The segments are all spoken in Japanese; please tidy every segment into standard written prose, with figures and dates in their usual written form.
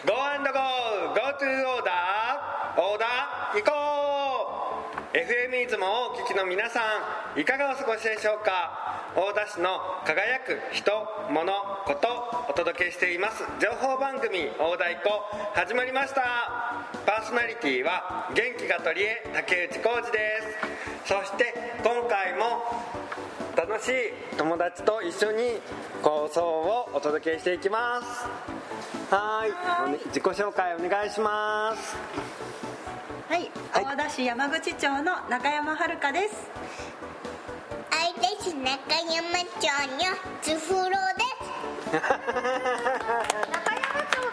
Go and Go to Order オーダー行こう。 FM 出雲をお聞きの皆さん、いかがお過ごしでしょうか。大田市の輝く人物ことお届けしています情報番組大田行こう始まりました。パーソナリティは元気が取り柄竹内浩二です。そして今回も楽しい友達と一緒に放送をお届けしていきます。はい、自己紹介お願いします。 はい、大田市山口町の中山遥です。 愛知市中山町のつふろです。 中山町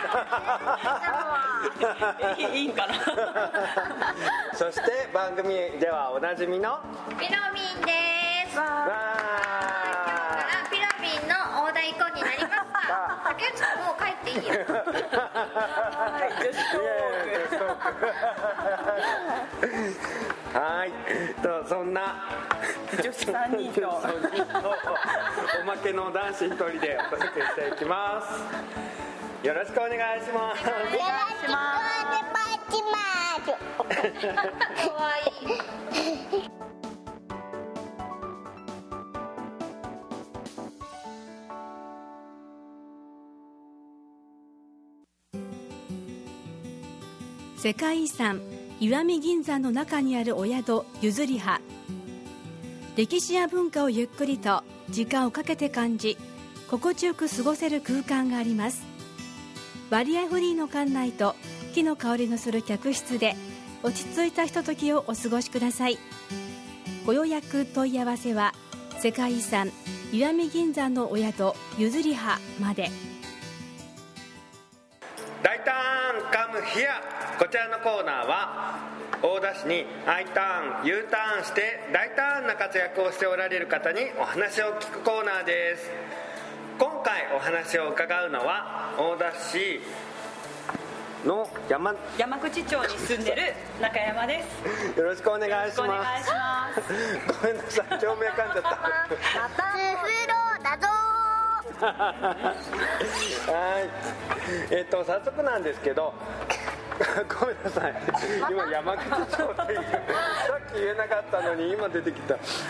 だった。いいんかな。 そして番組ではおなじみのピロミンです。今日からピロミンの大田行こうになりました。竹内さんもう帰っていいよ。 はい、そんな女子3人とおまけの男子1人でお届けしていきます。よろしくお願いします。 よろしくお願いします。かわいい。 世界遺産石見銀山の中にあるお宿ゆずりは。歴史や文化をゆっくりと時間をかけて感じ心地よく過ごせる空間があります。バリアフリーの館内と木の香りのする客室で落ち着いたひとときをお過ごしください。ご予約問い合わせは世界遺産石見銀山のお宿ゆずりはまで。 大ターンカムヒア。こちらのコーナーは大田市に I ターン U ターンして大ターンな活躍をしておられる方にお話を聞くコーナーです。今回お話を伺うのは大田市の山口町に住んでる中山です。 よろしくお願いします。 お願いします。 ごめんなさい、町名噛んじゃった。 つふろだぞはい、早速なんですけどごめんなさい、今山口町っていうさっき言えなかったのに今出てきた。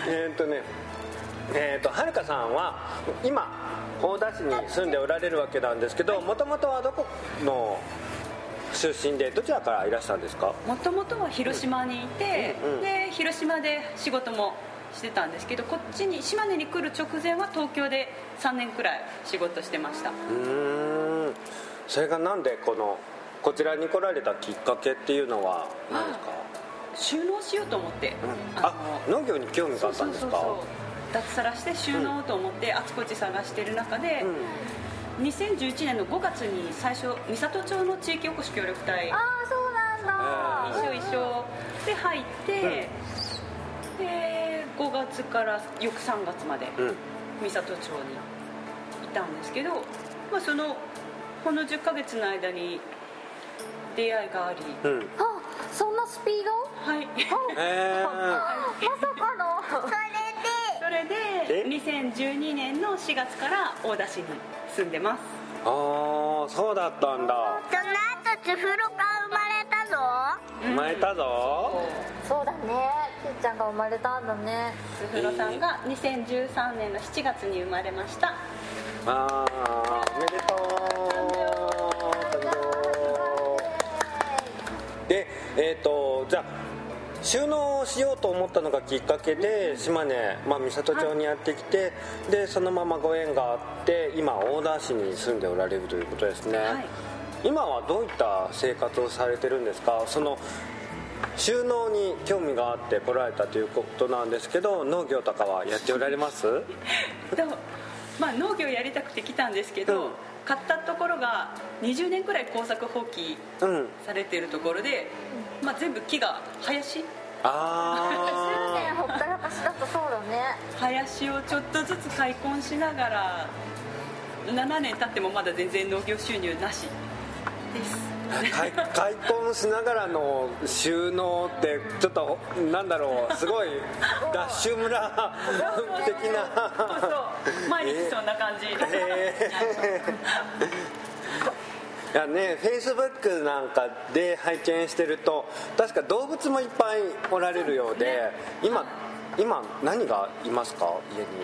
はるかさんは今大田市に住んでおられるわけなんですけど、もともとはどこの出身でどちらからいらしたんですか。 もともとは広島にいて、で広島で仕事もしてたんですけど、こっちに島根に来る直前は東京で3年くらい仕事してました。 それがなんでこちらに来られたきっかけっていうのは何ですか。 収納しようと思って、 農業に興味があったんですか。 そう脱サラして収納と思ってあちこち探してる中で、2011年の5月に最初美郷町の地域おこし協力隊そうなんだ。 一緒で入って、で5月から翌3月まで美郷町にいたんですけど、この10ヶ月の間に出会いがあり、 そんなスピード。 はいまさかの。 それで2012年の4月から大田市に住んでます。 そうだったんだ。 その後つふろが生まれたぞ。 生まれたぞ。 そうだね、きーちゃんが生まれたんだね。 つふろさんが2013年の7月に生まれました。 おめでとう。で、じゃあ収納しようと思ったのがきっかけで島根、美郷町にやってきて、でそのままご縁があって今大田市に住んでおられるということですね。今はどういった生活をされてるんですか。その収納に興味があって来られたということなんですけど、農業とかはやっておられます？ 農業やりたくて来たんですけど、買ったところが20年くらい耕作放棄されているところで、全部木が林。 10年ほったらかしだとそうだね。 林をちょっとずつ開墾しながら7年経ってもまだ全然農業収入なしです。 開墾しながらの収納ってちょっとすごいダッシュ村的な。 そう毎日そんな感じ。 いやね、フェイスブックなんかで拝見してると確か動物もいっぱいおられるようで、今何がいますか、家に。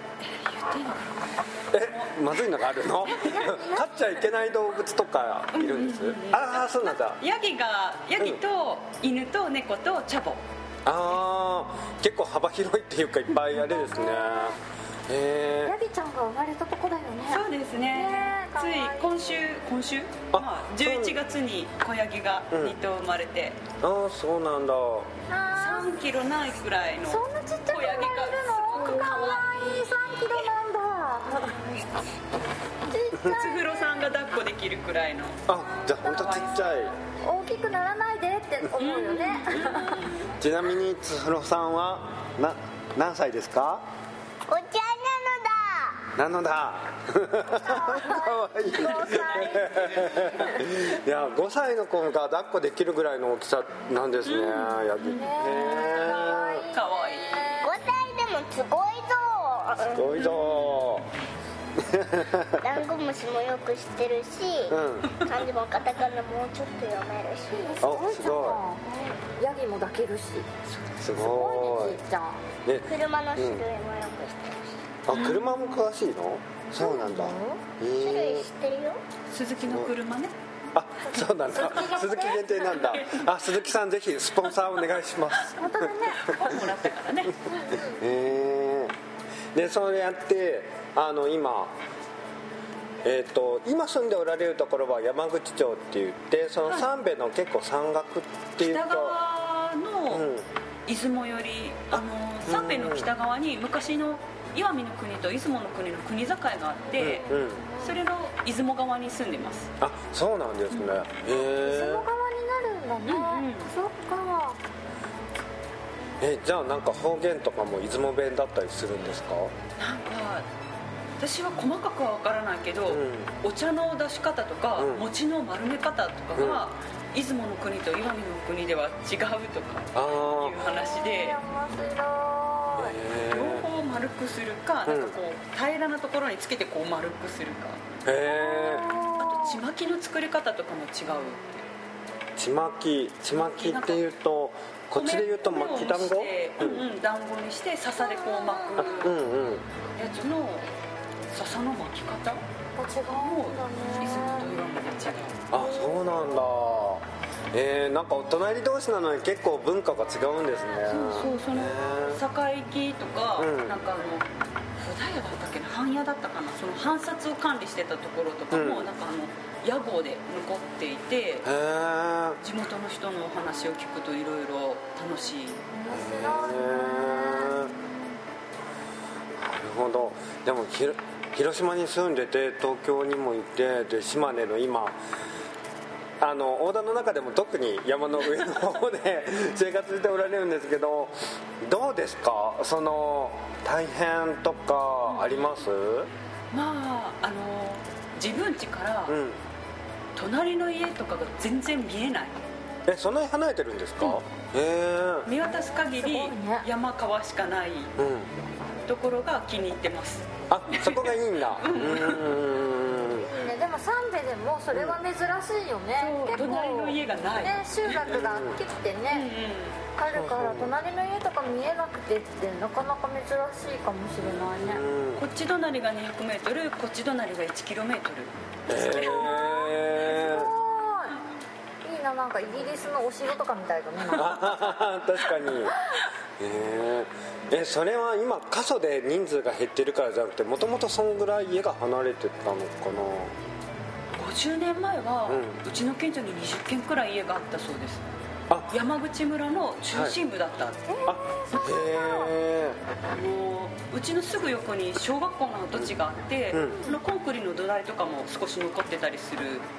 まずいのがあるの飼っちゃいけない動物とかいるんです、ああそうなんだ。 ヤギと犬と猫とチャボ。 ああ結構幅広いっていうかいっぱいあれですね。 ヤギちゃんが生まれたとこだよね。 そうですね、つい今週、11月に子ヤギが2頭生まれて、 ああそうなんだ。 3キロないくらいのそんなちっちゃく生まれるの。かわいい、3キロなんだ。ちっちゃい。 つふろさんが抱っこできるくらいの。 あ、じゃあほんとちっちゃい。 大きくならないでって思うよね。 ちなみにつふろさんは何歳ですか。 お茶なのだかわいい。5歳いや5歳の子が抱っこできるぐらいの大きさなんですね、ヤギ。 かわいい。 5歳でもすごいぞ。 すごいぞ。 ダンゴムシもよく知ってるし、漢字もカタカナもうちょっと読めるし。 すごい。ヤギも抱けるし。 すごい。 ちっちゃん。車の種類もよく知ってるし。 あ、車も詳しいの？そうなんだ。 種類知ってるよ。 鈴木の車ね。 あ、そうなんだ。鈴木限定なんだ。あ、鈴木さんぜひスポンサーお願いします。 本当だね。 本もらったからね。 でそうやって今住んでおられるところは山口町って言って、その三部の結構山岳っていうか、 北側の出雲より三部の北側に昔の石見の国と出雲の国の国境があって、それの出雲側に住んでます。 あ、そうなんですね。 出雲側になるんだね。そっか。 じゃあなんか方言とかも出雲弁だったりするんですか？ なんか私は細かくは分からないけど、お茶の出し方とか、餅の丸め方とかが、出雲の国と石見の国では違うとかいう話で、両方丸くするか、なんかこう平らなところにつけてこう丸くするか、あとちまきの作り方とかも違う。 ちまきっていうとこっちで言うと巻き団子？ 団子にして笹でこう巻くやつの笹の巻き方も出雲と石見で違う。 あ、そうなんだ。なんかお隣同士なのに結構文化が違うんですね。 そうその堺木とか、なんか古代屋だったっけな、藩屋だったかな、その藩札を管理してたところとかも、なんか屋号で残っていて、地元の人のお話を聞くといろいろ楽しい。 なるほど。でも広島に住んでて東京にもいて、で島根の今大田の中でも特に山の上の方で生活しておられるんですけど、どうですか、その大変とかあります？ まあ自分家から隣の家とかが全然見えない。 そんなに離れてるんですか？ 見渡す限り山川しかないところが気に入ってます。 あ、そこがいいんだ。 でも三部でもそれは珍しいよね。結構隣の家がない、 集落がキュッてね、あるから隣の家とか見えなくてってなかなか珍しいかもしれないね。 こっち隣が 200m、 こっち隣が 1km。 すごいいいな。なんかイギリスのお城とかみたいだね。 確かに。それは今過疎で人数が減ってるからじゃなくて、もともとそんぐらい家が離れてたのかな。 50年前は、うちの近所に20軒くらい家があったそうです。山口村の中心部だった、うちのすぐ横に小学校の跡地があって、そのコンクリの土台とかも少し残ってたりする。で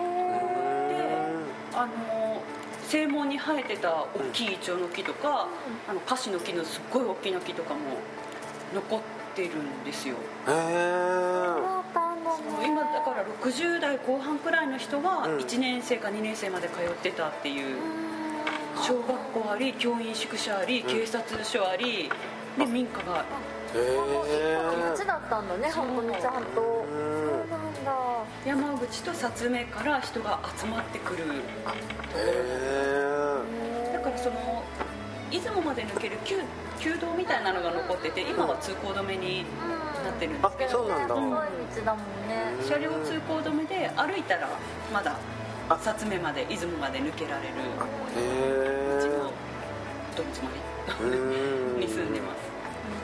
正門に生えてた大きいイチョウの木とか、カシの木のすっごい大きな木とかも残ってるんですよ。今だから60代後半くらいの人が1年生か2年生まで通ってたっていう。小学校あり、教員宿舎あり、警察署ありで、民家が一個の町だったんだね、本当にちゃんと。そうなんだ。 山口と薩明から人が集まってくるところだから、その出雲まで抜ける旧道みたいなのが残ってて、今は通行止めになってるんですけど、 そうなんだ、すごい道だもんね。 車両通行止めで歩いたらまだ薩明まで出雲まで抜けられるうちのどっちまでに住んでます。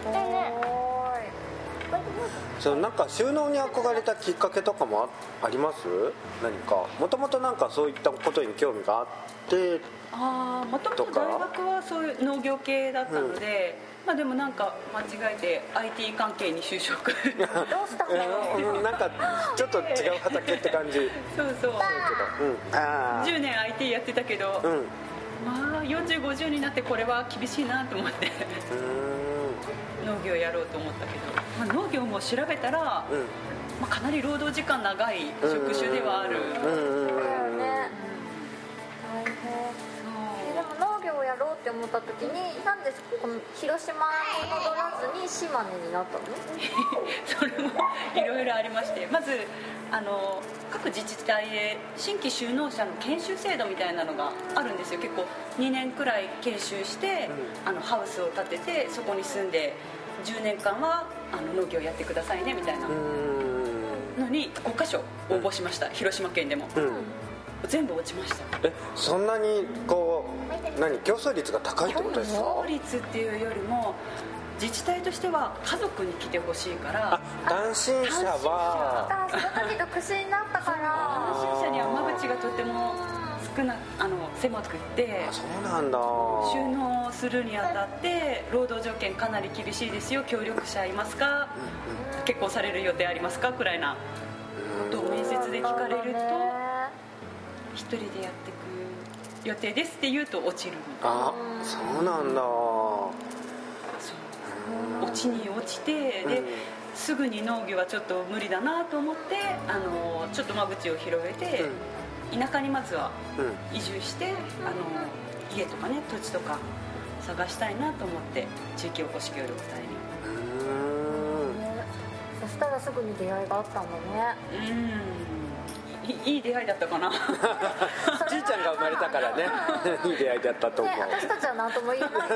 そう、なんか収納に憧れたきっかけとかも あります？何かもともとなんかそういったことに興味があってもともと大学はそういう農業系だったので、まあ、でもなんか間違えて IT 関係に就職どうしたのなんかちょっと違う畑って感じそうそう、10年 IT やってたけど、まあ40、50になってこれは厳しいなと思って農業やろうと思ったけど、まあ、農業も調べたら、まあ、かなり労働時間長い職種ではある。 でも農業をやろうって思った時に、なんでこの広島に戻らずに島根になったの？ それもいろいろありまして、まず各自治体で新規就農者の研修制度みたいなのがあるんですよ。結構2年くらい研修して、ハウスを建ててそこに住んで10年間は農業やってくださいねみたいなのに5カ所応募しました。広島県でも、全部落ちました。 そんなにこう競争率が高いってことですか？ 競争率っていうよりも自治体としては家族に来てほしいから、 単身者はその時独身になったから単身者には間口がとても狭くって、 そうなんだ、 収納するにあたって労働条件かなり厳しいですよ、協力者いますか、結婚される予定ありますかくらいなことを面接で聞かれると、一人でやっていく予定ですって言うと落ちる。 そうなんだ。 落ちに落ちて、ですぐに農業はちょっと無理だなと思って、ちょっと間口を広げて、田舎にまずは移住して、家とかね土地とか探したいなと思って地域おこし協力隊に。 そしたらすぐに出会いがあったのね。 いい出会いだったかな。 ちいちゃんが生まれたからねいい出会いだったと思う、 私たちは何とも言いないよね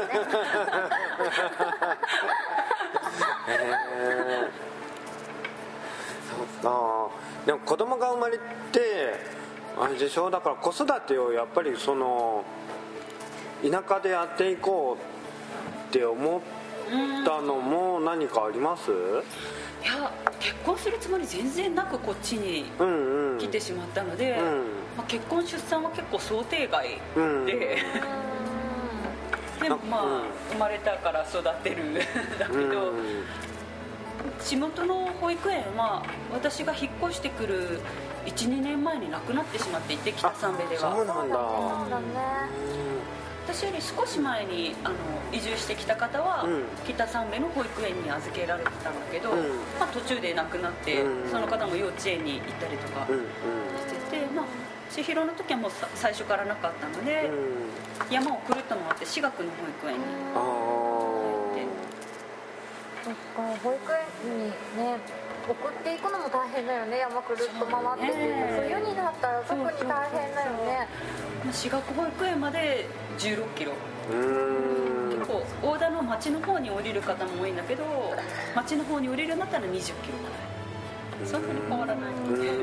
そうか。でも子供が生まれてあれでしょ、だから子育てをやっぱりその田舎でやっていこうって思ったのも何かあります？ いや、結婚するつもり全然なくこっちに来てしまったので、結婚出産は結構想定外で、でもまあ生まれたから育てるだけど、地元の保育園は私が引っ越してくる 1,2 年前に亡くなってしまっていて、北三部では。 そうなんだ。 私より少し前に移住してきた方は、北三部の保育園に預けられてたんだけど、途中で亡くなって、その方も幼稚園に行ったりとかしてて、千尋の時はもう最初からなかったので、山をくるっと回って私学の保育園に入って。 そっか、保育園にね送っていくのも大変だよね。山くるっと回ってて、冬になったら特に大変だよね。 私学保育園まで16キロ。結構大田の町の方に降りる方も多いんだけど、町の方に降りるんだったら20キロくらい。そんなに変わらない。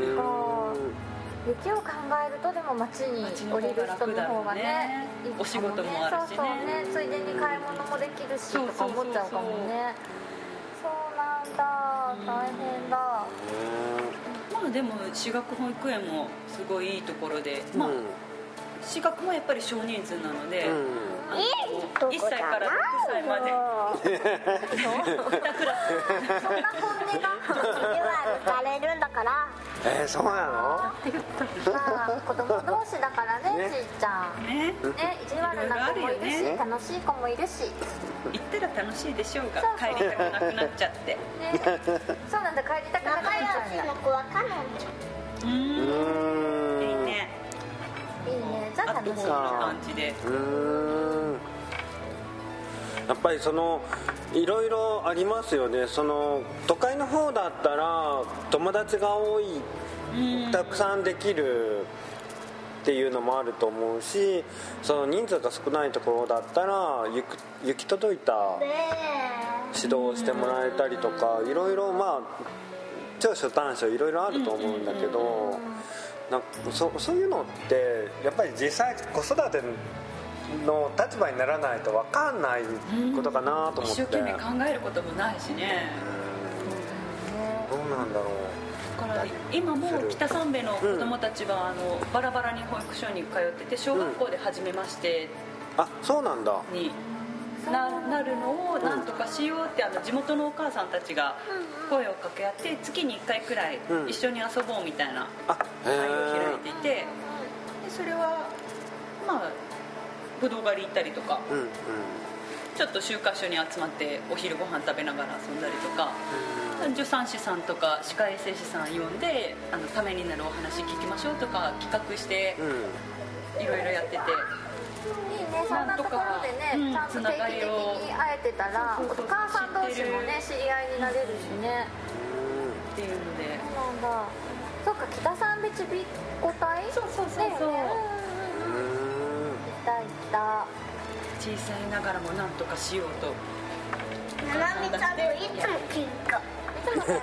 雪を考えるとでも町に降りる人の方がね、 お仕事もあるしね。 ついでに買い物もできるしとか思っちゃうかもね。そうなんだ、大変だ。 でも私学保育園もすごいいいところで、私学もやっぱり少人数なので、1歳から6歳まで2クラス。 そんな本音が意地悪されるんだから。 そうなの？ 子供同士だからね、ちいちゃんね、意地悪な子もいるし、楽しい子もいるし。 行ったら楽しいでしょうが、帰りたくなくなっちゃってそうなんだ、帰りたくなくなっちゃうんだ。仲良しの子は彼女。いいね。 いいね、じゃあ楽しい感じで。 やっぱりいろいろありますよね。都会の方だったら友達が多いたくさんできるっていうのもあると思うし、その人数が少ないところだったら行き届いた指導をしてもらえたりとか、いろいろまあ長所短所いろいろあると思うんだけど、なんかそういうのってやっぱり実際子育ての立場にならないと分かんないことかなと思って、 一生懸命考えることもないしね。 どうなんだろう。 だから今も北三部の子どもたちはバラバラに保育所に通ってて、小学校で初めましてあ、そうなんだになるのをなんとかしようって地元のお母さんたちが声を掛け合って月に1回くらい一緒に遊ぼうみたいな会を開いていて、でそれはまあぶどう狩り行ったりとか、ちょっと集会所に集まってお昼ご飯食べながら遊んだりとか、助産師さんとか歯科衛生士さん呼んでためになるお話聞きましょうとか企画していろいろやってて、 いいね、そんなところでね、ちゃんと定期的に会えてたらお母さん同士もね知り合いになれるしね、 っていうので。 そうなんだ。そっか、北三部ちびっこ隊、 そうだよね。いたいた。 小さいながらもなんとかしようと。 ななみちゃんといつも喧嘩。 そうな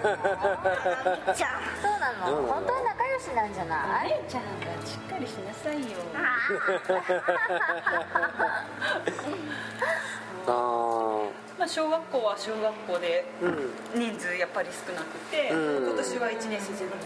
の、本当に仲良しなんじゃない？ お姉ちゃんがしっかりしなさいよ。まあ小学校は小学校で人数やっぱり少なくて、今年は1年生0人。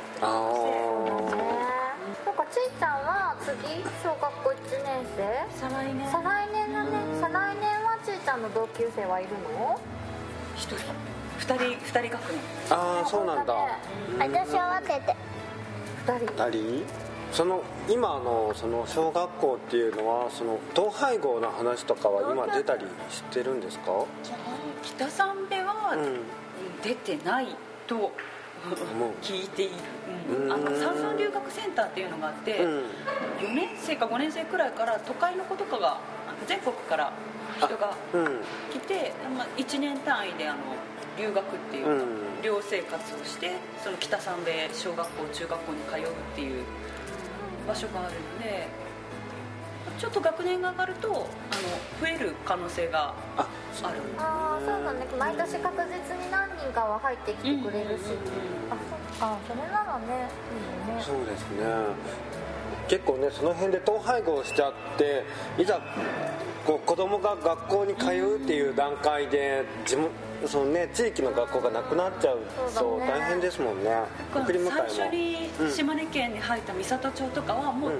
そうか、ちいちゃんは次小学校1年生？ 再来年だね。再来年はちいちゃんの同級生はいるの ？1人2人学年。 ああ、そうなんだ。 私は分けて 2人？その今のその小学校っていうのはその統廃合の話とかは今出たりしてるんですか？ 北三部は出てないと聞いている。三三留学センターっていうのがあって、4年生か5年生くらいから都会の子とかが全国から人が来て、1年単位で留学っていうか寮生活をして、その北三部小学校中学校に通うっていう場所があるので、ちょっと学年が上がると増える可能性がある。 ああ、そうだね。毎年確実に何人かは入ってきてくれるし、あ、そっか、それならね、いいよね。 そうですね。結構ね、その辺で統廃合しちゃって、いざ子供が学校に通うっていう段階でそのね、地域の学校がなくなっちゃうと大変ですもんね。送り迎えも最初に島根県に入った美郷町とかはもう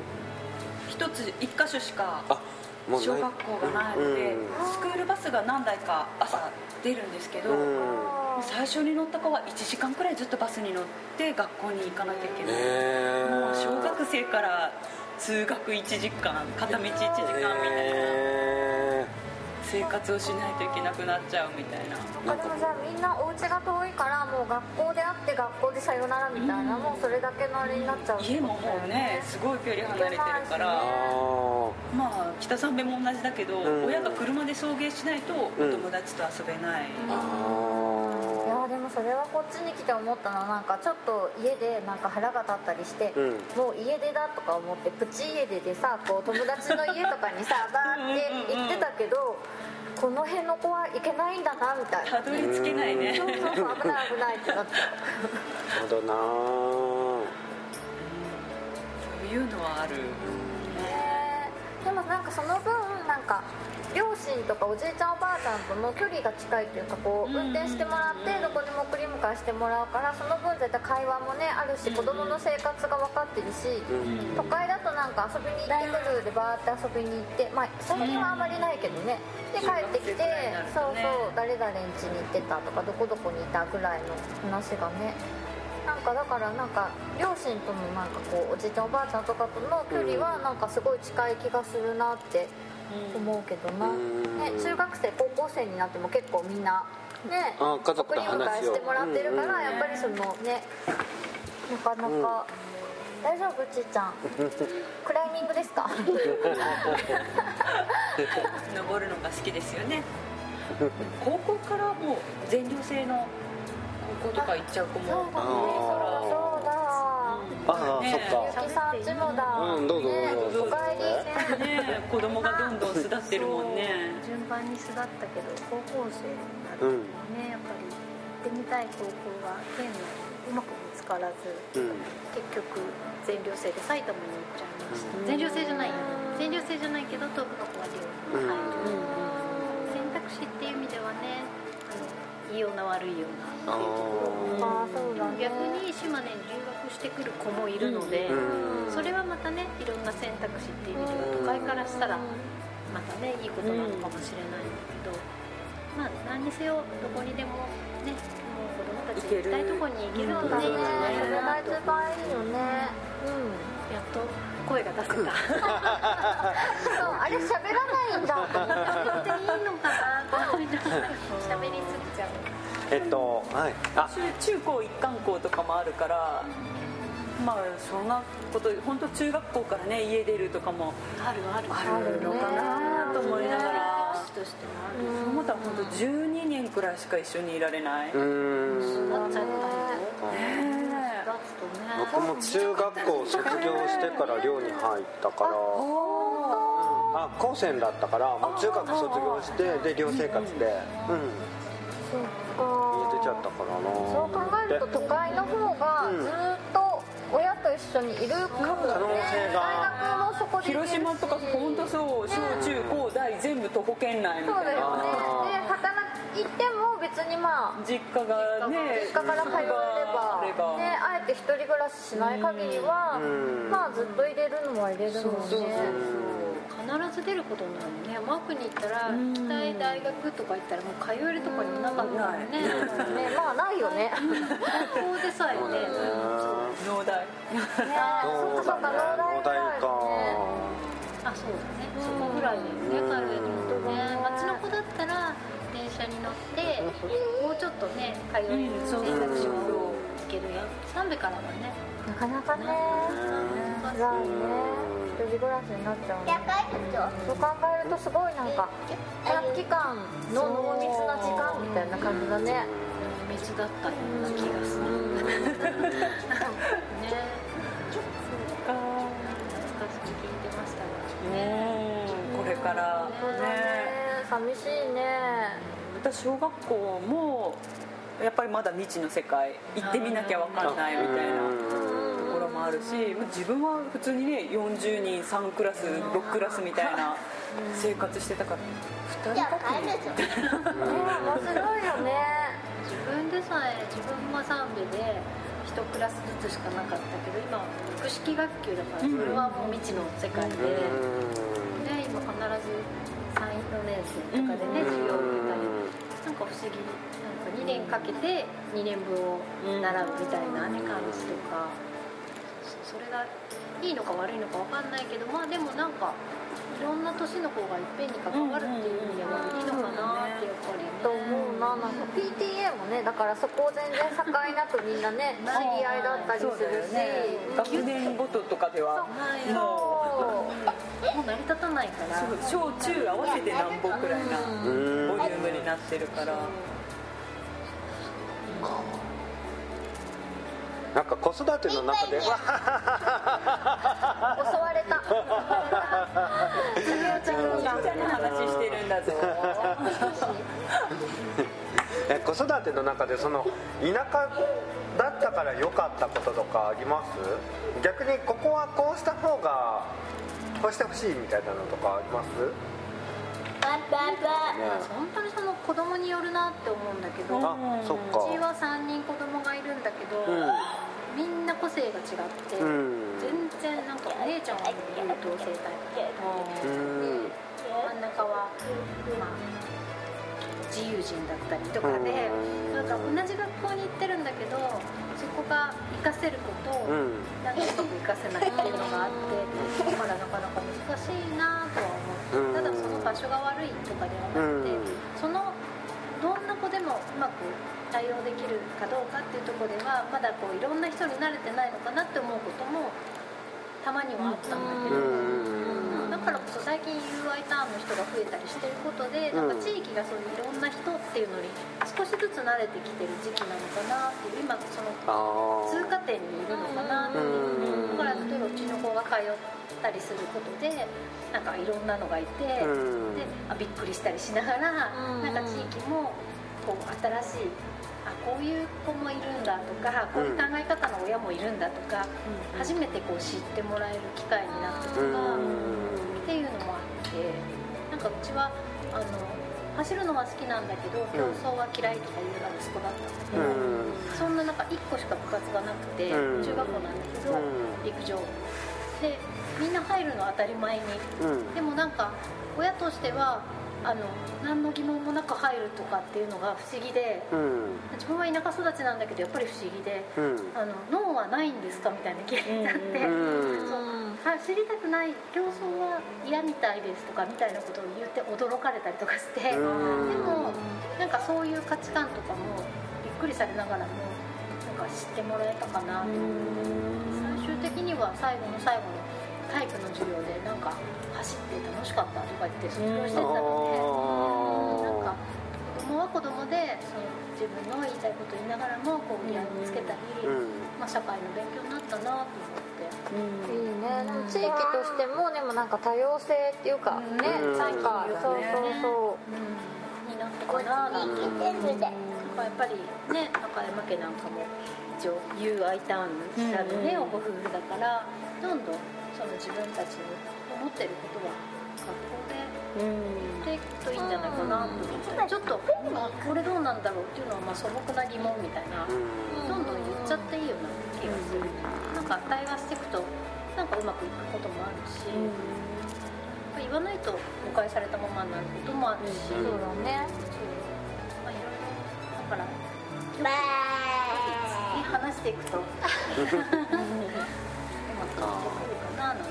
1箇所しか小学校がないので、スクールバスが何台か朝出るんですけど、最初に乗った子は1時間くらいずっとバスに乗って学校に行かなきゃいけない。もう小学生から通学1時間、片道1時間みたいな生活をしないといけなくなっちゃうみたいな。 でもじゃあみんなお家が遠いからもう学校で会って学校でさよならみたいな、もうそれだけのあれになっちゃうってことだよね。 家ももうねすごい距離離れてるから、まあ北三部も同じだけど、親が車で送迎しないとお友達と遊べない。 いやでもそれはこっちに来て思ったのは、なんかちょっと家でなんか腹が立ったりして、もう家出だとか思ってプチ家出でさ、こう友達の家とかにさバーって行ってたけど、この辺の子は行けないんだなみたいな。 たどり着けないね。 そう危ない危ないってなっちゃう。 なるほどな。 そういうのはある。 でもなんかその分なんか両親とかおじいちゃんおばあちゃんとの距離が近いっていうか、こう運転してもらってどこでも送り迎えしてもらうから、その分絶対会話もねあるし、子供の生活が分かってるし、都会だとなんか遊びに行ってくるでバーって遊びに行って、まあ最近はあんまりないけどね、で帰ってきて、そうそう誰々ん家に行ってたとかどこどこにいたぐらいの話がね、なんかだからなんか両親とのなんかこうおじいちゃんおばあちゃんとかとの距離はなんかすごい近い気がするなって思うけどな、ね、中学生高校生になっても結構みんなね家族送り迎えしてもらってるから、やっぱりそのねなかなか、大丈夫ちーちゃんクライミングですか？ 登るのが好きですよね。高校からもう全寮制の高校とか行っちゃう子も多いから、 そうだああ、 ねそっか。 ゆきさんちもだ、 うん、どうぞどうぞ。 おかえり。 ね子供がどんどん巣立ってるもんね。 そう順番に巣立ったけど高校生になるとね、やっぱり行ってみたい高校が県内うまく見つからず、結局全寮制で埼玉に行っちゃいました。全寮制じゃないよ、全寮制じゃないけど東部の子は寮に入る、選択肢っていう意味ではね、いいような悪いようなっていうところ、 ああ、そうだね。 逆に島根に留学してくる子もいるので、それはまたねいろんな選択肢っていう意味では都会からしたらまたねいいことなのかもしれないんだけど、まあ何にせよどこにでもね、もう子供たち行きたいとこに行けるのでいいんじゃないかなと。 一番いいよね。 やっと声が出せた。 そう、あれ喋らないんだ。 喋っていいのかなと思いながら喋りすぎちゃう。 はい。あ、 中高一貫校とかもあるから、まあ小学校と本当中学校からね家出るとかもあるのかなと思いながら、 としてもある。 そう思ったら本当12年くらいしか一緒にいられない。 なっちゃったよ。 僕も中学校卒業してから寮に入ったから、高専だったからもう中学卒業してで寮生活で、 そっか。 家出ちゃったからな。 そう考えると都会の方がずっと親と一緒にいるかもね。 可能性が。 大学もそこで広島とか本当そう、小中高大全部徒歩圏内みたいな。 そうだよね。で働いても別にまあ実家がね、 実家から通えれば、ね、あえて一人暮らししない限りは、まあずっと入れるのは入れるもんね。 必ず出ることになるね。山奥に行ったら行きたい大学とか行ったらもう通えるとこにもなかったもんね。 まあないよね。 高校でさえね、 農大。 そうか、農大か。 あ、そうだね。そこぐらいでね、通えるとね。町の子だったら電車に乗ってもうちょっとね通える選択肢もいけるやん。三部からはね。 なかなかね。じゃあね、一人暮らしになっちゃうね。そう考えるとすごいなんか短期間の濃密な時間みたいな感じだね。 濃密だったような気がする。ね。懐かしく聞いてましたがね。 これからね。 寂しいね。 私小学校もやっぱりまだ未知の世界行ってみなきゃ分かんないみたいなところもあるし、自分は普通にね40人3クラス6クラスみたいな生活してたから2人かけ面白いよね。 自分でさえ自分は3部で1クラスずつしかなかったけど、今複式学級だからそれはもう未知の世界で、今必ず3、4年生とかでね授業を受けたり、なんか不思議、なんか2年かけて2年分を習うみたいな、ね、感じとか、それがいいのか悪いのか分かんないけど、まあでもなんかいろんな年の子がいっぺんに関わるっていう意味ではいいのかなってやっぱり、ね、 と思うな。なんか PTA もね、だからそこを全然境なくみんなね知り合いだったりするし、 学年ごととかではもう成り立たないから、 小中合わせて何本くらいなボリュームになってるから。 なんか子育ての中で襲われた。 ちゃんの話してるんだぞ。 子育ての中でその田舎だったから良かったこととかあります？逆にここはこうした方がこうしてほしいみたいなのとかあります？ 本当にその子供によるなって思うんだけど、 そっか。 うちは3人子供がいるんだけど、みんな個性が違って、全然なんかお姉ちゃんは優等生タイプで、真ん中はまあ自由人だったりとかで、なんか同じ学校に行ってるんだけど、そこが活かせることをなんかうまく活かせないっていうのがあって、まだなかなか難しいなとは思って、ただその場所が悪いとかではなくて、そのどんな子でもうまく対応できるかどうかっていうところではまだこういろんな人に慣れてないのかなって思うこともたまにはあったんだけど、だからこそ最近 UI ターンの人が増えたりしてることで、なんか地域がそういういろんな人っていうのに少しずつ慣れてきてる時期なのかなっていう、今その通過点にいるのかなっていう。だから例えばうちの子が通ったりすることでなんかいろんなのがいて、でびっくりしたりしながら、なんか地域もこう新しいこういう子もいるんだとか、こういう考え方の親もいるんだとか、初めてこう知ってもらえる機会になったとか、っていうのもあって、なんかうちは走るのは好きなんだけど競争は嫌いとかいうような息子だったんだけど、そんな中1個しか部活がなくて、中学校なんだけど陸上でみんな入るの当たり前に、でもなんか親としては何の疑問もなく入るとかっていうのが不思議で、自分は田舎育ちなんだけどやっぱり不思議で、脳はないんですかみたいな聞いちゃって、知りたくない、競争は嫌みたいですとかみたいなことを言って驚かれたりとかして、でもなんかそういう価値観とかもびっくりされながらもなんか知ってもらえたかなと思って、最終的には最後の最後の体育の授業でなんか走って楽しかったとか言って卒業してったので、なんか子供は子供でその自分の言いたいこと言いながらもこう折り合いをつけたり、社会の勉強になったなと思って、 いいね。でも地域としてもでもなんか多様性っていうかね、なんかそうになったかななんて思って、やっぱりね、中山家なんかも一応 UI ターンなるね、ご夫婦だからどんどんその自分たちの思ってることは学校で言っていくといいんじゃないかなと思って、ちょっとこれどうなんだろうっていうのは素朴な疑問みたいな、どんどん言っちゃっていいような気がする。なんか対話していくとなんかうまくいくこともあるし、言わないと誤解されたままになることもあるし、 そうだね。 いろいろだから話していくとうまくいってくるかななんて。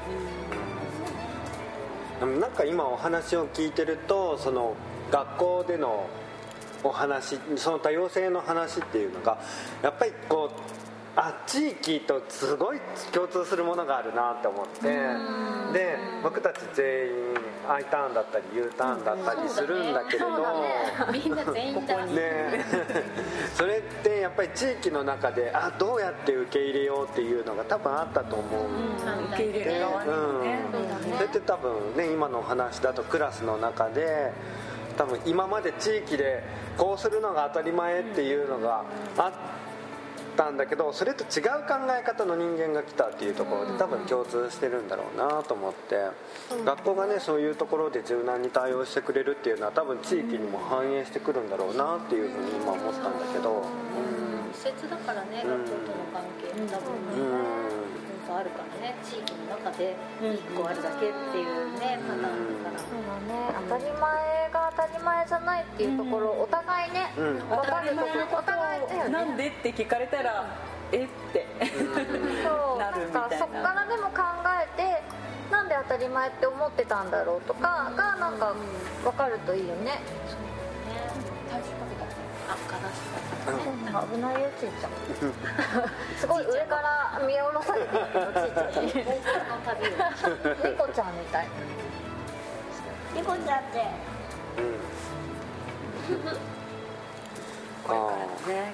なんか今お話を聞いてると、その学校でのお話、その多様性の話っていうのがやっぱりこう地域とすごい共通するものがあるなって思って、で僕たち全員 I ターンだったり U ターンだったりするんだけれど、 みんな全員だね、それってやっぱり地域の中でどうやって受け入れようっていうのが多分あったと思う。 受け入れる側にもね、 それって多分ね、今のお話だとクラスの中で多分今まで地域でこうするのが当たり前っていうのがあったんだけど、それと違う考え方の人間が来たっていうところで多分共通してるんだろうなと思って、学校がねそういうところで柔軟に対応してくれるっていうのは多分地域にも反映してくるんだろうなっていうふうに今思ったんだけど、 施設だからね、学校との関係も多分あるからね、地域の中で1個あるだけっていうね、パターンだから、 当たり前が当たり前じゃないっていうところをお互いね、分かるところ、お互いなんでって聞かれたらってそうなるみたいな、 そっからでも考えてなんで当たり前って思ってたんだろうとかがなんか分かるといいよね。危ないよちいちゃんすごい上から見下ろされてるけどちいちゃん猫ちゃんみたい。 猫ちゃんってこれからね、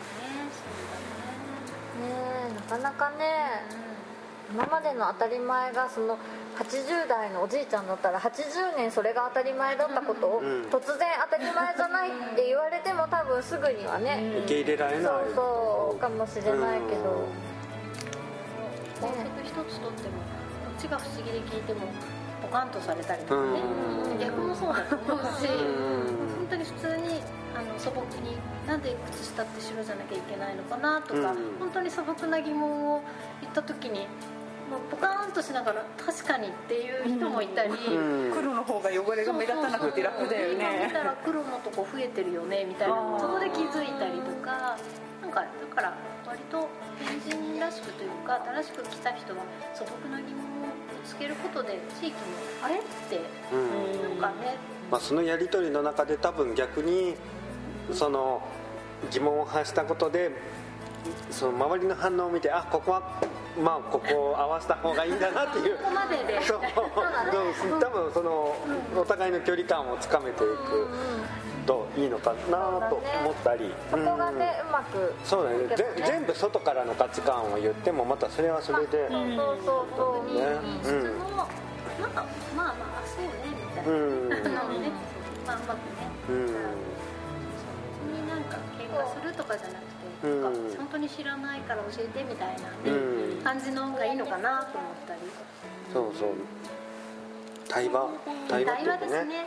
なかなかね、今までの当たり前がその80代のおじいちゃんだったら80年それが当たり前だったことを突然当たり前じゃないって言われても多分すぐにはね受け入れられない、 そうかもしれないけど、 法則一つとってもこっちが不思議で聞いてもポカンとされたりとかね、逆もそうだと思うし、本当に普通に素朴になんで靴下って白じゃなきゃいけないのかなとか、本当に素朴な疑問を言った時にもうポカーンとしながら確かにっていう人もいたり、 黒の方が汚れが目立たなくて楽だよね、 今見たら黒のとこ増えてるよねみたいな、そこで気づいたりとか、なんかだから割と変人らしくというか新しく来た人は素朴な疑問をぶつけることで地域もあれって、なんかね、 そのやり取りの中で多分逆にその疑問を発したことでその周りの反応を見てここはまあここを合わせた方がいいんだなっていうここまででそう多分そのお互いの距離感をつかめていくといいのかなと思ったり、 そこがね、うまくそうだね、全部外からの価値観を言ってもまたそれはそれで、 そうに質のなんかまあそうねみたいなのね、まあうまくね、別になんか喧嘩するとかじゃなくて、なんか本当に知らないから教えてみたいなね、感じのがいいのかなと思ったり。 そう対話っていうかね、 そうね、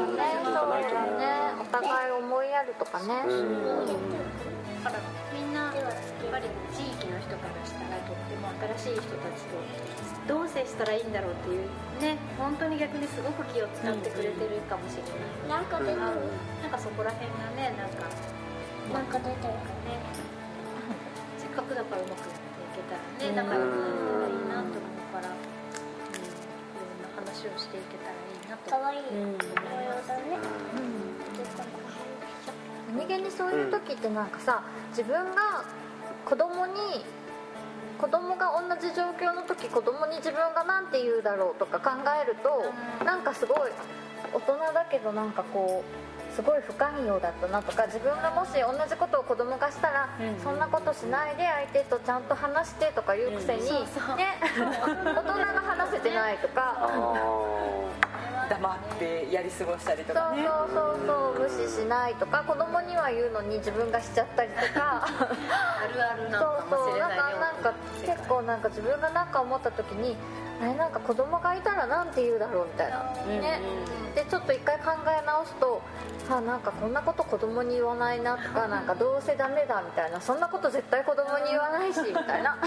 お互い思いやるとかね、だからみんなやっぱり地域の人からしたらとっても新しい人たちとどう接したらいいんだろうっていうね、本当に逆にすごく気を使ってくれてるかもしれない、なんかそこら辺がね、なんか出てるかね、せっかくだからうまくやっていけたらね、仲良くなれたらいいなと思うから、話をしていけたらいいなと。可愛い模様だね。 何気にそういう時ってなんかさ、自分が子供が同じ状況の時、子供に自分がなんて言うだろうとか考えると、なんかすごい大人だけどなんかこうすごい不寛容だったなとか、自分がもし同じことを子供がしたら、そんなことしないで相手とちゃんと話してとかいうくせに、ね、大人が話せてないとか黙ってやり過ごしたりとかね、 そう無視しないとか、子供には言うのに自分がしちゃったりとかあるあるなのかもしれないね。 なんか結構なんか自分が何か思った時に、なんか子供がいたらなんて言うだろうみたいな、ね、でちょっと一回考え直すと、なんかこんなこと子供に言わないなとか、なんかどうせダメだみたいな、そんなこと絶対子供に言わないしみたいな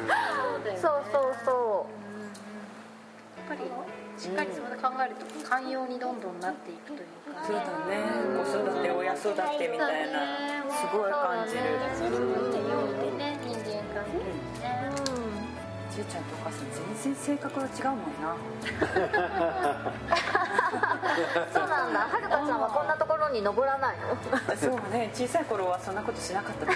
そうやっぱりしっかりそれで考えると寛容にどんどんなっていくというか、 そうだね、子育て親育てみたいなすごい感じる。 そうでね、人間関係ね、 ちいちゃんとお母さん全然性格は違うもんなそうなんだ。はるかちゃんはこんなところに登らないの？ そうね、小さい頃はそんなことしなかった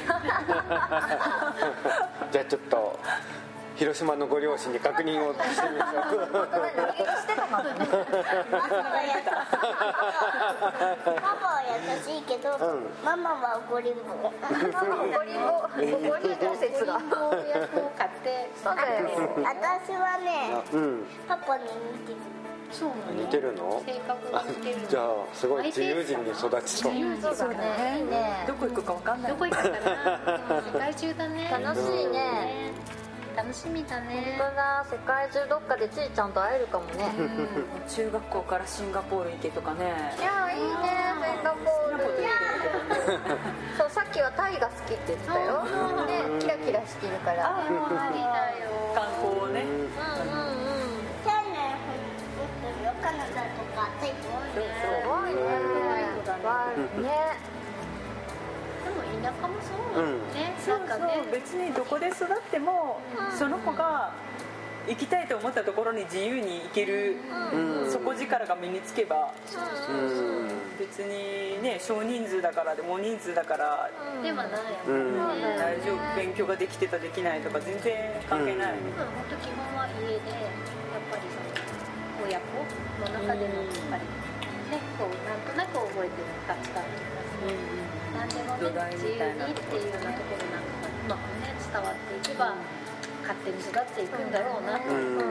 じゃあちょっと広島のご両親に確認をしてみましょう。 本当ね、何してたかね。 パパは優しいけど、ママは怒りんぼ。 怒りんぼ説が。 こう役を買ってそうだよ。 私はね、パパに似てる。 そうなの？ 似てるの？ 性格が似てるの。 じゃあすごい自由人に育ちそう。 そうだね。いいね。 どこ行くか分かんない。 どこ行くかな。世界中だね。 楽しいね。 楽しみだね。 本当だ、世界中どっかでちいちゃんと会えるかもね。 中学校からシンガポール行けとかね。 いや、いいね、シンガポール。そう、さっきはタイが好きって言ってたよ。で、キラキラしてるから。 ありだよ。 観光をね。 チャンネル持ってるよ、カナダとかタイとか。 すごいね。ね。 でも田舎もそうね。 そう別にどこで育ってもその子が行きたいと思ったところに自由に行ける底力が身につけば、別にね、少人数だからでも人数だからではない。 大丈夫、勉強ができてたできないとか全然関係ない。 本当基本は家でやっぱりその親子の中でのやっぱりね、こうなんとなく覚えてる価値観とか何でもね、自由にっていうようなところなんかがうまくね伝わっていけば勝手に育っていくんだろうなと。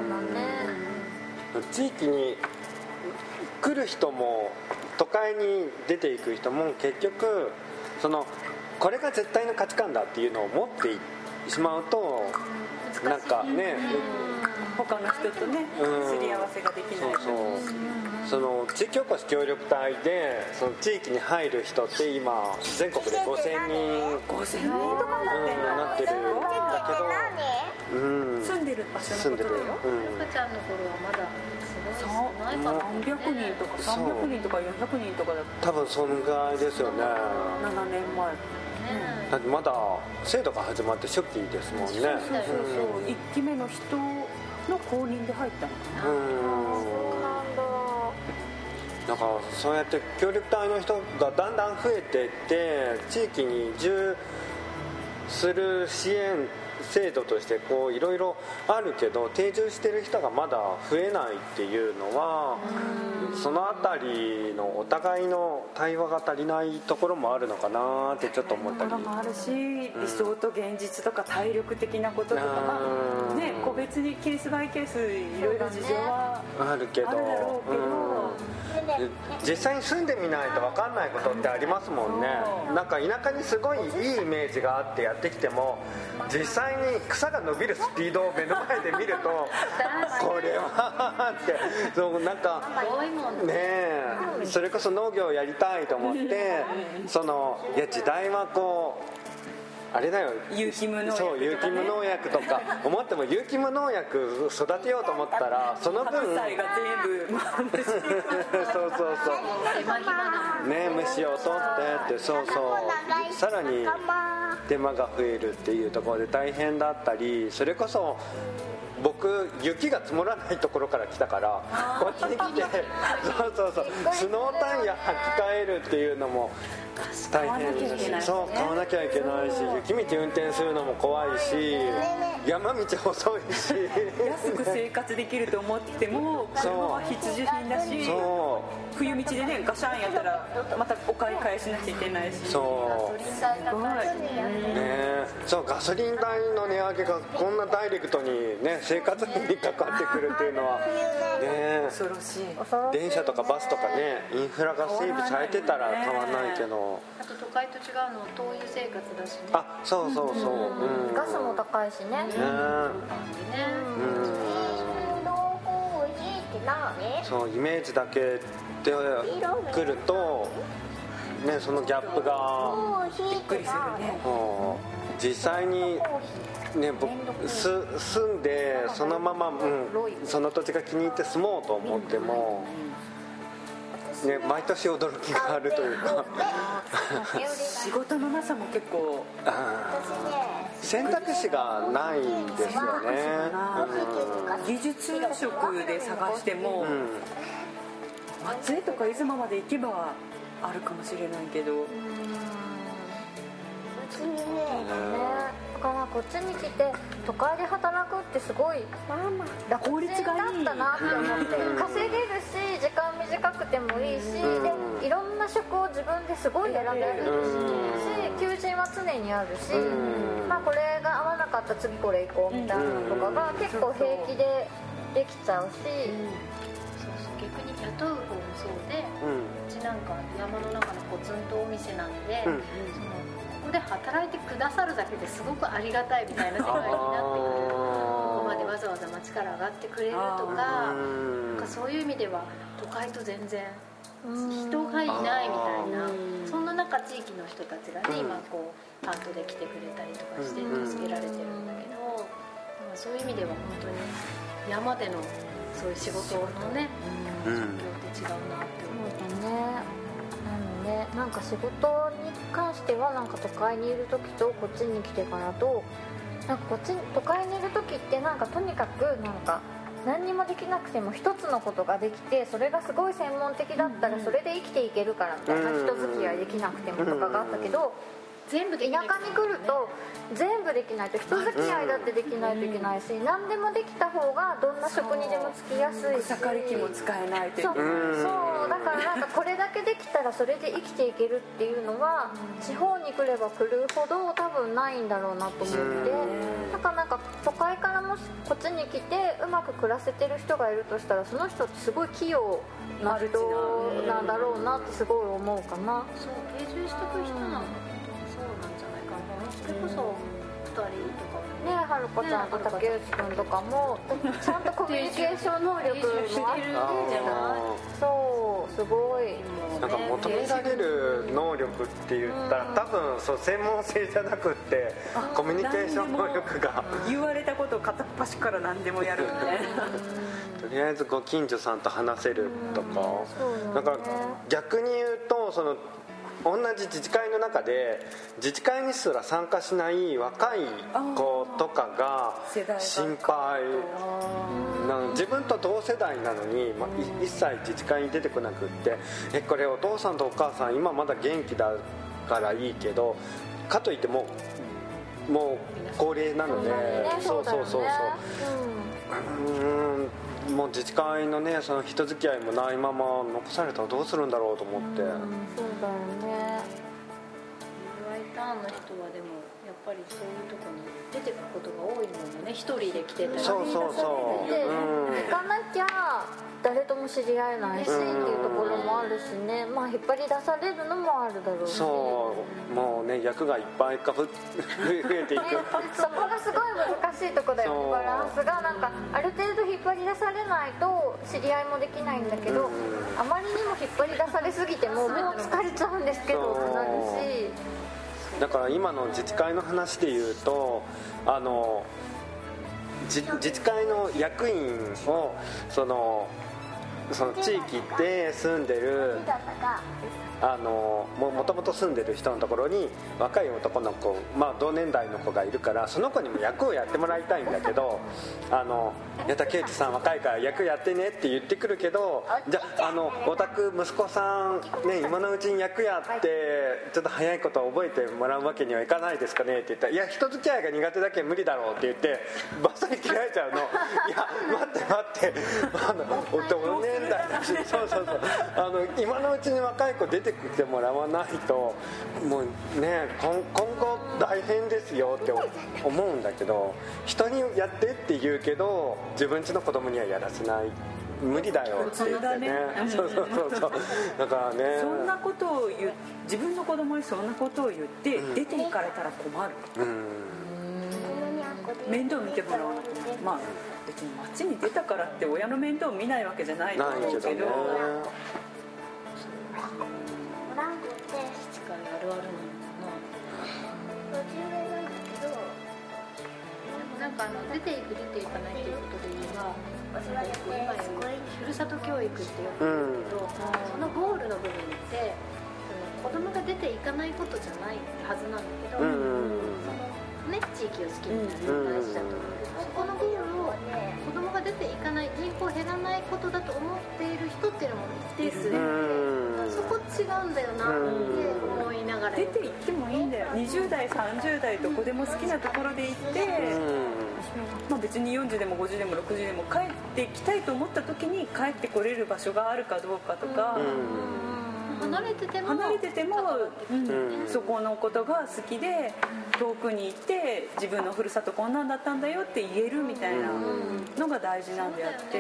地域に来る人も都会に出ていく人も結局これが絶対の価値観だっていうのを持ってしまうとなんかね、 他の人とねすり合わせができない。 その地域おこし協力隊でその地域に入る人って今全国で5000人とかなってるんだけど、 住んでる場所のことだよ。 赤ちゃんの頃はまだすごい少ないかな。 300人とか300人とか400人とかだった。 多分そんぐらいですよね。 7年前だってまだ制度が始まって初期ですもんね。 そう1期目の人の公認で入ったのかな。 だからそうやって協力隊の人がだんだん増えていって地域に移住する支援っ制度としてこういろいろあるけど定住してる人がまだ増えないっていうのはそのあたりのお互いの対話が足りないところもあるのかなってちょっと思ったり。 ところもあるし、理想と現実とか体力的なこととか、まあね、個別にケースバイケースいろいろ事情はあるけど、 あるだろうけど、 実際に住んでみないと分かんないことってありますもんね。なんか田舎にすごいいいイメージがあってやってきても実際に草が伸びるスピードを目の前で見るとこれはってそうなんかねえそれこそ農業をやりたいと思っていや時代はこうあれだよ有機無農薬とか、ね、 そう有機無農薬とか思っても有機無農薬育てようと思ったらその分白菜が全部虫そうね虫を取ってってそうさらに手間が増えるっていうところで大変だったりそれこそ僕雪が積もらないところから来たからこっちに来てそうスノータイヤ履き替えるっていうのも大変だしそう買わなきゃいけないし雪道運転するのも怖いし山道細いし安く生活できると思っても車は必需品だし冬道でねガシャンやったらまたお買い返しなきゃいけないしそうガソリン代の値上げがこんなダイレクトにね生活費にかかってくるっていうのはね恐ろしい電車とかバスとかねインフラが整備されてたら変わんないけどあと都会と違うの灯油生活だしねあそう、 ガスも高いしねそうイメージだけで来るとねそのギャップがびっくりするね実際にね住んでそのまま、その土地が気に入って住もうと思ってもね、毎年驚きがあるというか仕事のなさも結構選択肢がないんですよね、 技術職で探しても、松江とか出雲まで行けばあるかもしれないけどだからこっちに来て都会で働くってすごい楽ちんだったなって思って稼げるし時間短くてもいいしでいろんな職を自分ですごい選べるし求人は常にあるしこれが合わなかったら次これ行こうみたいなのとかが結構平気でできちゃうし逆に雇う方もそうでうちなんか山の中のポツンとお店なんでここで働いてくださるだけですごくありがたいみたいな世界になってくるここまでわざわざ町から上がってくれるとかなんかそういう意味では都会と全然人がいないみたいなそんな中地域の人たちがね今こうパートで来てくれたりとかして助けられてるんだけどそういう意味では本当に山でのそういう仕事のね状況って違うなって思う。 なんか仕事に関してはなんか都会にいる時とこっちに来てからとなんか都会にいる時ってなんかとにかくなんか何にもできなくても一つのことができてそれがすごい専門的だったらそれで生きていけるからみたいな人付き合いできなくてもとかがあったけど全部できない田舎に来ると全部できないと人付き合いだってできないといけないし何でもできた方がどんな職にでも就きやすいし草刈り機も使えないといけないそうだからなんかこれだけできたらそれで生きていけるっていうのは地方に来れば来るほど多分ないんだろうなと思ってだからなんか都会からもしこっちに来てうまく暮らせてる人がいるとしたらその人ってすごい器用な人なんだろうなってすごい思うかな。 そう定住してく人なんだそれこそ2人とかねはるこちゃんと竹内くんとかもちゃんとコミュニケーション能力もあってそうすごいなんか求められる能力って言ったら多分そう専門性じゃなくってコミュニケーション能力が言われたことを片っ端から何でもやるみたいなとりあえずご近所さんと話せるとかだから逆に言うとその同じ自治会の中で自治会にすら参加しない若い子とかが心配自分と同世代なのに、一切自治会に出てこなくってこれお父さんとお母さん今まだ元気だからいいけどかといってももう高齢なので、そうそうそうそう、もう自治会のねその人付き合いもないまま残されたらどうするんだろうと思って。 そうだよね。 ターンの人はでもやっぱりそういうとこに出てくことが多いものね、一人で来てたり。 そうそうそう。 で、行かなきゃ誰とも知り合えないしっていうところもあるしね、まあ引っ張り出されるのもあるだろうし。そうもうね役がいっぱい増えていくそこがすごい難しいとこだよね。バランスがなんかある程度引っ張り出されないと知り合いもできないんだけど、あまりにも引っ張り出されすぎてももう疲れちゃうんですけどってなるし。 だから今の自治会の話でいうと自治会の役員をその地域で住んでるもともと住んでる人のところに若い男の子、まあ、同年代の子がいるからその子にも役をやってもらいたいんだけどやったケイトさん若いから役やってねって言ってくるけど、じゃあお宅息子さん、ね、今のうちに役やってちょっと早いこと覚えてもらうわけにはいかないですかねって言ったら、いや人付き合いが苦手だけど無理だろうって言ってバッサリ切られちゃうの。いや待って同年代だし、そう今のうちに若い子出てきてもらわないともうね今後大変ですよって思うんだけど、人にやってって言うけど自分家の子供にはやらせない、無理だよって言ってね。そうだからね、 そんなことを自分の子供にそんなことを言って出て行かれたら困る。面倒見てもらわなくなる。まあ別に街に出たからって親の面倒を見ないわけじゃないと思うけど、 あるあるなんか出ていく出ていかないということで言えば、今ふるさと教育ってよく言うけど、そのゴールの部分って子供が出ていかないことじゃないはずなんだけど、そのね地域を好きになる大事だと思うけど、そこのゴールを子供が出ていかない、人口減らないことだと思っている人っていうのも一定数いて、そこ違うんだよなって思いながら、 出て行ってもいいんだよ。20代30代どこでも好きなところで行って、まあ、別に40でも50でも60でも帰ってきたいと思った時に帰ってこれる場所があるかどうかとか、 離れててもそこのことが好きで遠くに行って自分のふるさとこんなんだったんだよって言えるみたいなのが大事なんであって、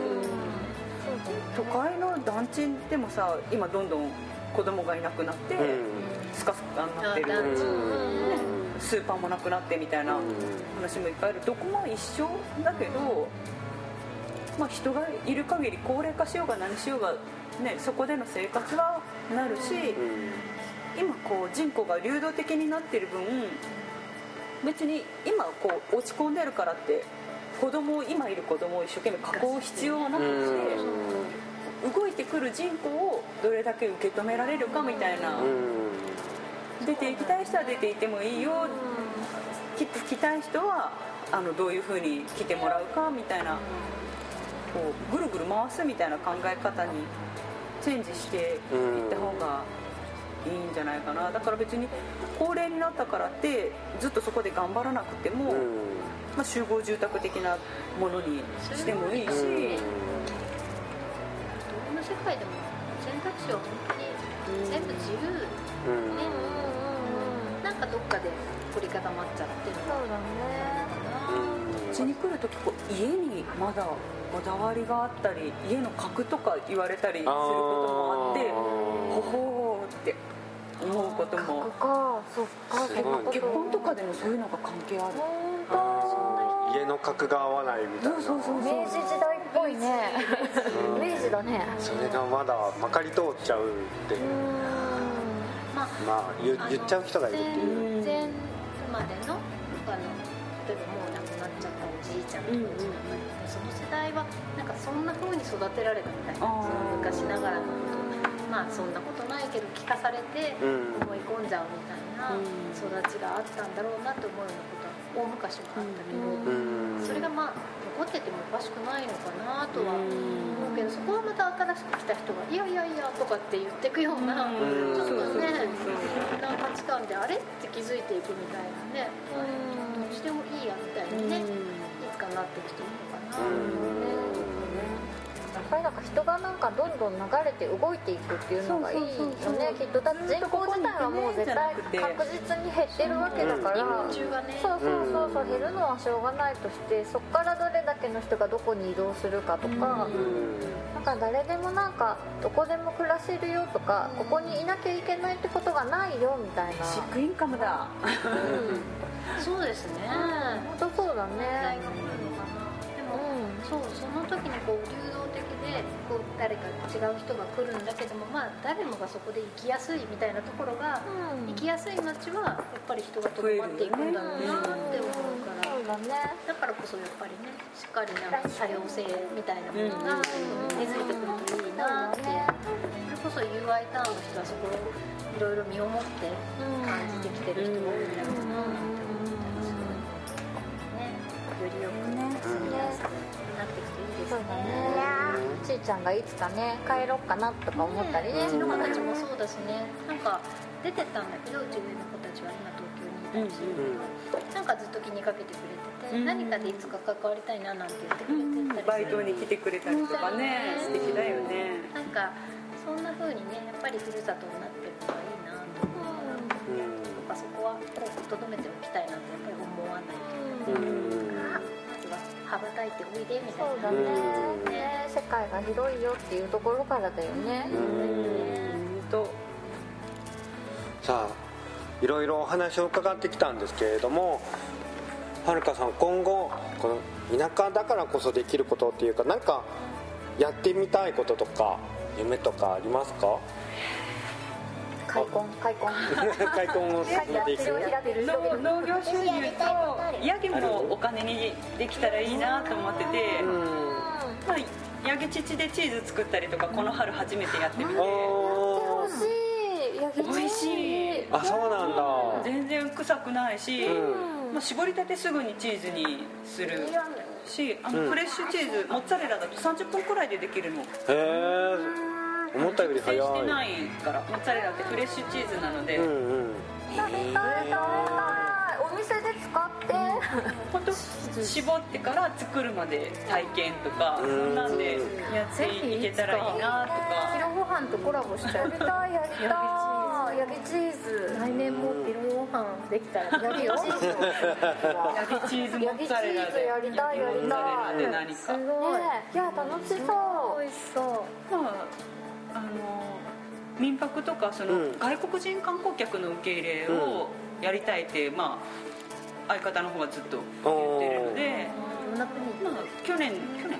都会の団地でもさ今どんどん子供がいなくなってスカスカになってる、スーパーもなくなってみたいな話もいっぱいある。どこも一緒だけど、まあ、人がいる限り高齢化しようが何しようが、ね、そこでの生活はなるし、今こう人口が流動的になってる分別に今こう落ち込んでるからって今いる子供を一生懸命囲う必要はなくて、動いてくる人口をどれだけ受け止められるかみたいな、出て行きたい人は出て行ってもいいよ、来たい人はどういう風に来てもらうかみたいな、こうぐるぐる回すみたいな考え方にチェンジしていった方がいいんじゃないかな。だから別に高齢になったからってずっとそこで頑張らなくても、まあ、集合住宅的なものにしてもいいし、どの世界でも選択肢は本当に全部自由、なんかどっかで凝り固まっちゃってる。 そうだね。 うちに来るとき家にまだこだわりがあったり家の格とか言われたりすることもあって、ほほーって思うことも。結婚とかでもそういうのが関係ある。 家の格が合わないみたいな。 そう明治時代っぽいね。明治だね。 それがまだまかり通っちゃうってまあ言っちゃう人がいるっていう。 戦前までの例えばもう亡くなっちゃったおじいちゃんとかその世代はなんかそんな風に育てられたみたいな、その昔ながらのこと、まあそんなことないけど聞かされて思い込んじゃうみたいな育ちがあったんだろうなと思うようなことは大昔はあったけど、それがまあ残残っててもおかしくないのかなとは思うけど、そこはまた新しく来た人がいやいやいやとかって言ってくような、ちょっとねな価値観であれって気づいていくみたいなね、どっちでもいいやみたいにね、いつかなっていく人いるのかな。 やっぱりなんか人がなんかどんどん流れて動いていくっていうのがいいよね、きっと。だって人口自体はもう絶対確実に減ってるわけだから、そう減るのはしょうがないとして、そこからどれだけの人がどこに移動するかとか、なんか誰でもなんかどこでも暮らせるよとか、ここにいなきゃいけないってことがないよみたいな。 シックインカムだ。 そうですね、 本当そうだね。 そう、その時にこう流動的でこう誰か違う人が来るんだけども、まあ誰もがそこで生きやすいみたいなところが、生きやすい街はやっぱり人がとどまっていくんだろうなって思うから、だからこそやっぱりね、しっかりな多様性みたいなものが根付いてくるといいなって、それこそ UI ターンの人はそこをいろいろ身をもって感じてきてる人も多いんだろうなって思ったりするね。よりよく住みやすくなってきていいですね。 ちーちゃんがいつかね帰ろうかなとか思ったりね。 うちの子たちもそうだしね、なんか出てったんだけど、うち上の子たちは今東京にいたりするけど、なんかずっと気にかけてくれてて、何かでいつか関わりたいななんて言ってくれてたりする。 バイトに来てくれたりとかね、素敵だよね。 なんかそんな風にね、やっぱりふるさとになってるのがいいなと思うから、そこはこうとどめておきたいなってやっぱり思わないけど、羽ばたいておいでみたいな。 そうだね、世界が広いよっていうところからだよね。 さあいろいろお話を伺ってきたんですけれども、はるかさん、今後この田舎だからこそできることっていうか、何かやってみたいこととか夢とかありますか？ 開墾開墾を進めていく。 農業収入とヤギもお金にできたらいいなと思ってて、まあ、ヤギ乳でチーズ作ったりとかこの春初めてやってみて、美味しい。 あ、そうなんだ。 全然臭くないし、まあ、絞りたてすぐにチーズにするし、フレッシュチーズモッツァレラだと30分くらいでできるの。 へえ、思ったより早い。 してないからモッツァレラってフレッシュチーズなので、 食べたい。お店で使って本当絞ってから作るまで体験とか、そんなんでやっていけたらいいなとか。 昼ご飯とコラボしちゃう。 やりたいヤギチーズ。 来年も昼ご飯できたらやるよ。 ヤギチーズモッツァレラでやりたい。 モッツァレラで何か。 すごい。 いや楽しそう。 美味しそう。 まあ民泊とかその外国人観光客の受け入れをやりたいって、まあ相方の方はずっと言ってるので、まあ去年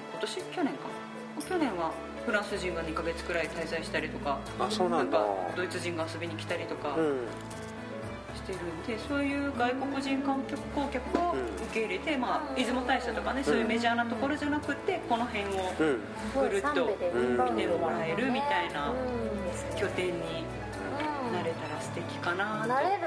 はフランス人が2ヶ月くらい滞在したりとか、 なんかドイツ人が遊びに来たりとかしてるんで、そういう外国人観光客を受け入れて、まあ出雲大社とかね、そういうメジャーなところじゃなくて、この辺をぐるっと見てもらえるみたいな拠点になれたら素敵かな。 なれる。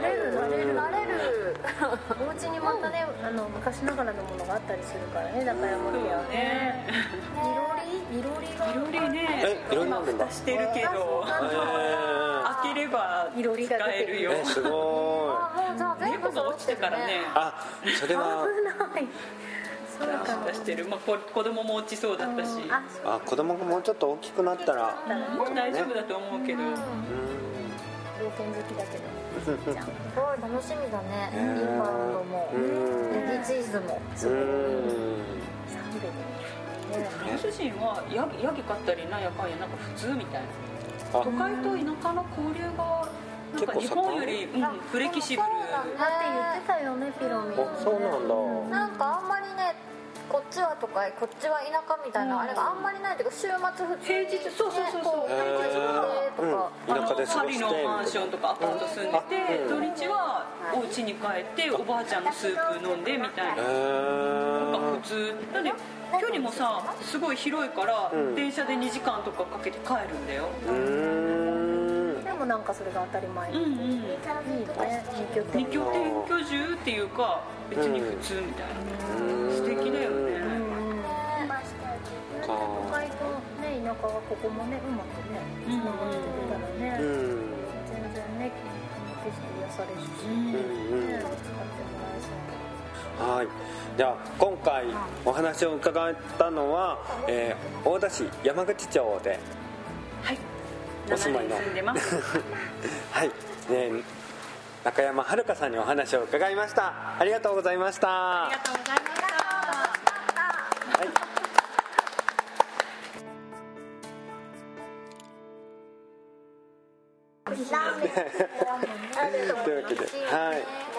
お家にまたね、昔ながらのものがあったりするからね、中山家はね。いろりね、 今蓋してるけど開ければ使えるよ。 すごい。 猫が落ちてからね。 あ、それは危ない。 蓋してる。まあ子供も落ちそうだったし。 あ、子供がもうちょっと大きくなったらもう大丈夫だと思うけど。 冒険好きだけど。 すごい楽しみだね。インバウンドもヤギチーズも。 フランス人はヤギ飼ったりなんやかんやなんか普通みたいな。都会と田舎の交流がなんか日本よりフレキシブル。 だって言ってたよね、ピロミ。 そうなんだ。 なんかあんまりね、こっちは都会、こっちは田舎みたいなあれがあんまりないけど、週末普通に平日そう平日とか田舎で過ごしてパリのマンションとかアパート住んでて、土日はお家に帰っておばあちゃんのスープ飲んでみたいな。なんか普通なんで、距離もさすごい広いから、電車で2時間とかかけて帰るんだよ。 でもなんかそれが当たり前。いいね。 二拠点居住っていうか別に普通みたいな。素敵だよね。 中はここもねうまくねつながってくれたらね、全然ね景色癒されるし、ね、使ってもらえそう。 はい、じゃあ今回お話を伺ったのは、大田市山口町でお住まいの、 7年住んでますはい、中山遥さんにお話を伺いました。ありがとうございました。 ありがとうございました。 はいというわけで、はい、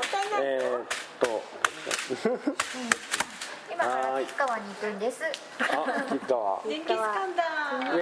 今から吉川に行くんです。 吉川ジンギスカンだ。 イ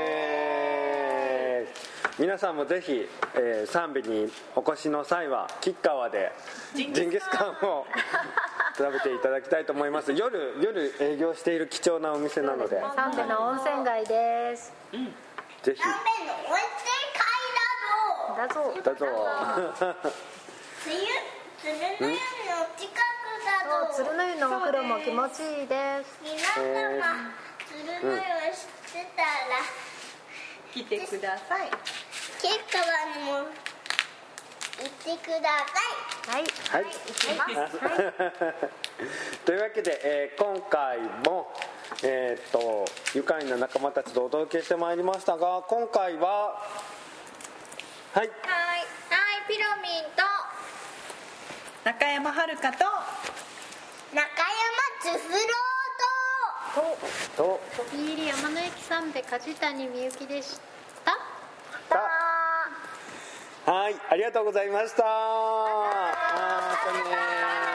エーイ。皆さんもぜひ、三尾にお越しの際は吉川でジンギスカンを食べていただきたいと思います。夜営業している貴重なお店なので、 三尾の温泉街です。 ぜひ。 ラーメンの温泉街だぞ。 だぞ。 鶴の湯の近くだぞ。 鶴の湯のお風呂も気持ちいいです。 皆様、鶴の湯を知ってたら来てください。 吉川にも行ってください。 はい、 はい、行きます。というわけで、今回も、愉快な仲間たちとお届けしてまいりましたが、今回ははいピロミンと中山遥と中山つづろうと飛び入り山の駅三部梶谷みゆきでした。 はい、ありがとうございました。またね。